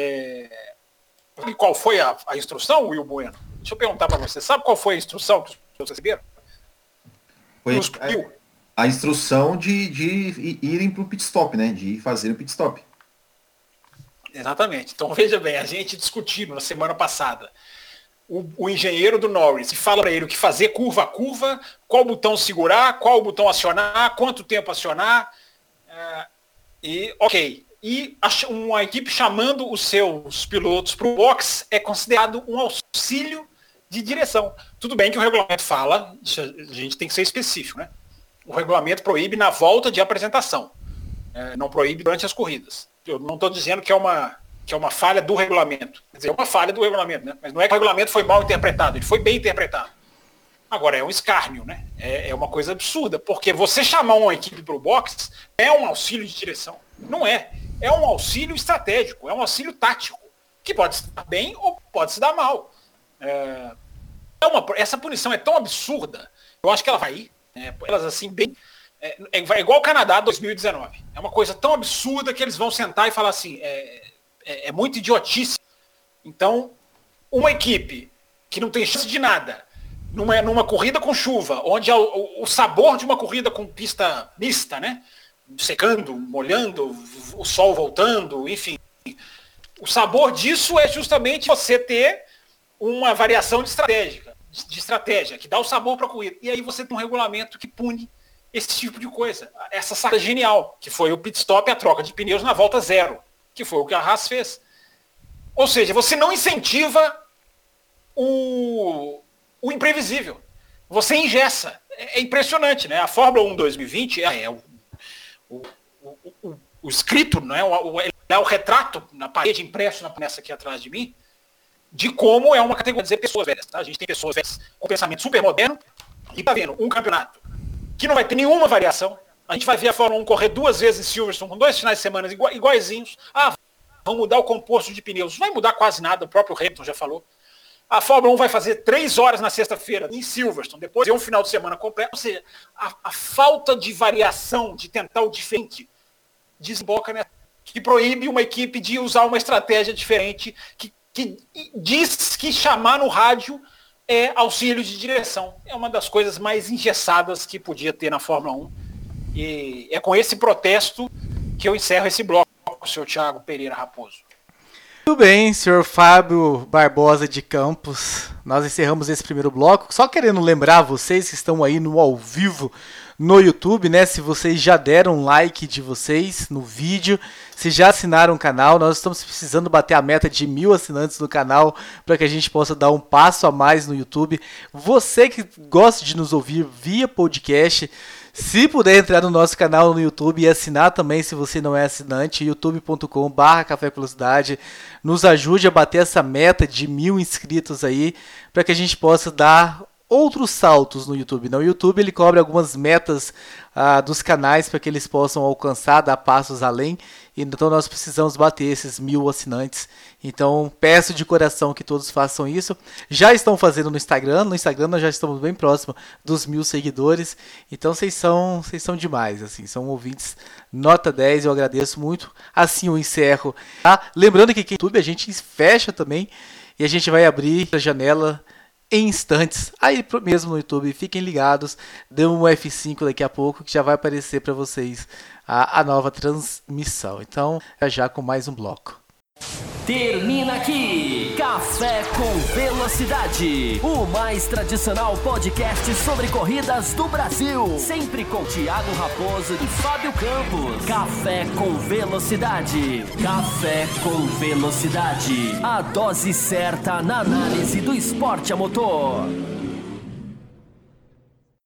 E qual foi a instrução, Will Bueno? Deixa eu perguntar para você. Sabe qual foi a instrução que os pilotos receberam? Foi a instrução de irem para o pit stop, né? De ir fazer o pit stop. Exatamente. Então veja bem, a gente discutindo na semana passada. O engenheiro do Norris fala para ele o que fazer curva a curva, qual botão segurar, qual botão acionar, quanto tempo acionar. E uma equipe chamando os seus pilotos para o box é considerado um auxílio de direção. Tudo bem que o regulamento fala, a gente tem que ser específico, né? O regulamento proíbe na volta de apresentação, não proíbe durante as corridas. Eu não estou dizendo que é uma falha do regulamento. Quer dizer, é uma falha do regulamento, né? Mas não é que o regulamento foi mal interpretado, ele foi bem interpretado. Agora, é um escárnio, né? É uma coisa absurda, porque você chamar uma equipe para o box é um auxílio de direção. Não é. É um auxílio estratégico, é um auxílio tático, que pode se dar bem ou pode se dar mal. Essa punição é tão absurda, eu acho que ela vai ir. Elas assim, bem... É igual o Canadá 2019. É uma coisa tão absurda que eles vão sentar e falar assim, é muito idiotice. Então, uma equipe que não tem chance de nada, numa corrida com chuva, onde o sabor de uma corrida com pista mista, né? Secando, molhando, o sol voltando, enfim. O sabor disso é justamente você ter uma variação de estratégia, que dá o sabor para a corrida. E aí você tem um regulamento que pune esse tipo de coisa. Essa sacada genial, que foi o pit stop e a troca de pneus na volta 0, que foi o que a Haas fez. Ou seja, você não incentiva o imprevisível. Você engessa. É impressionante, né? A Fórmula 1 2020 o escrito, né? O retrato na parede impresso nessa aqui atrás de mim, de como é uma categoria, dizer pessoas velhas. Tá? A gente tem pessoas velhas com pensamento super moderno e tá vendo um campeonato que não vai ter nenhuma variação. A gente vai ver a Fórmula 1 correr 2 vezes em Silverstone, com 2 finais de semana iguaizinhos. Vão mudar o composto de pneus. Não vai mudar quase nada, o próprio Hamilton já falou. A Fórmula 1 vai fazer 3 horas na sexta-feira em Silverstone, depois é um final de semana completo. Ou seja, a falta de variação, de tentar o diferente, desemboca, né, que proíbe uma equipe de usar uma estratégia diferente, que diz que chamar no rádio é auxílio de direção. É uma das coisas mais engessadas que podia ter na Fórmula 1. E é com esse protesto que eu encerro esse bloco, senhor Thiago Pereira Raposo. Tudo bem, senhor Fábio Barbosa de Campos. Nós encerramos esse primeiro bloco. Só querendo lembrar vocês que estão aí no ao vivo no YouTube, né? Se vocês já deram um like de vocês no vídeo, se já assinaram o canal, nós estamos precisando bater a meta de 1000 assinantes no canal para que a gente possa dar um passo a mais no YouTube. Você que gosta de nos ouvir via podcast, se puder entrar no nosso canal no YouTube e assinar também, se você não é assinante, youtube.com/Café com Velocidade, nos ajude a bater essa meta de 1000 inscritos aí, para que a gente possa dar outros saltos no YouTube. No YouTube ele cobra algumas metas dos canais para que eles possam alcançar, dar passos além. Então nós precisamos bater esses 1000 assinantes. Então peço de coração que todos façam isso. Já estão fazendo no Instagram. No Instagram nós já estamos bem próximo dos 1000 seguidores. Então vocês são demais, assim, são ouvintes nota 10. Eu agradeço muito. Assim eu encerro. Tá? Lembrando que aqui no YouTube a gente fecha também e a gente vai abrir a janela em instantes, aí mesmo no YouTube. Fiquem ligados, dê um F5 daqui a pouco que já vai aparecer para vocês a nova transmissão. Então, já com mais um bloco. Termina aqui Café com Velocidade, o mais tradicional podcast sobre corridas do Brasil, sempre com Thiago Raposo e Fábio Campos. Café com Velocidade. Café com Velocidade, a dose certa na análise do esporte a motor.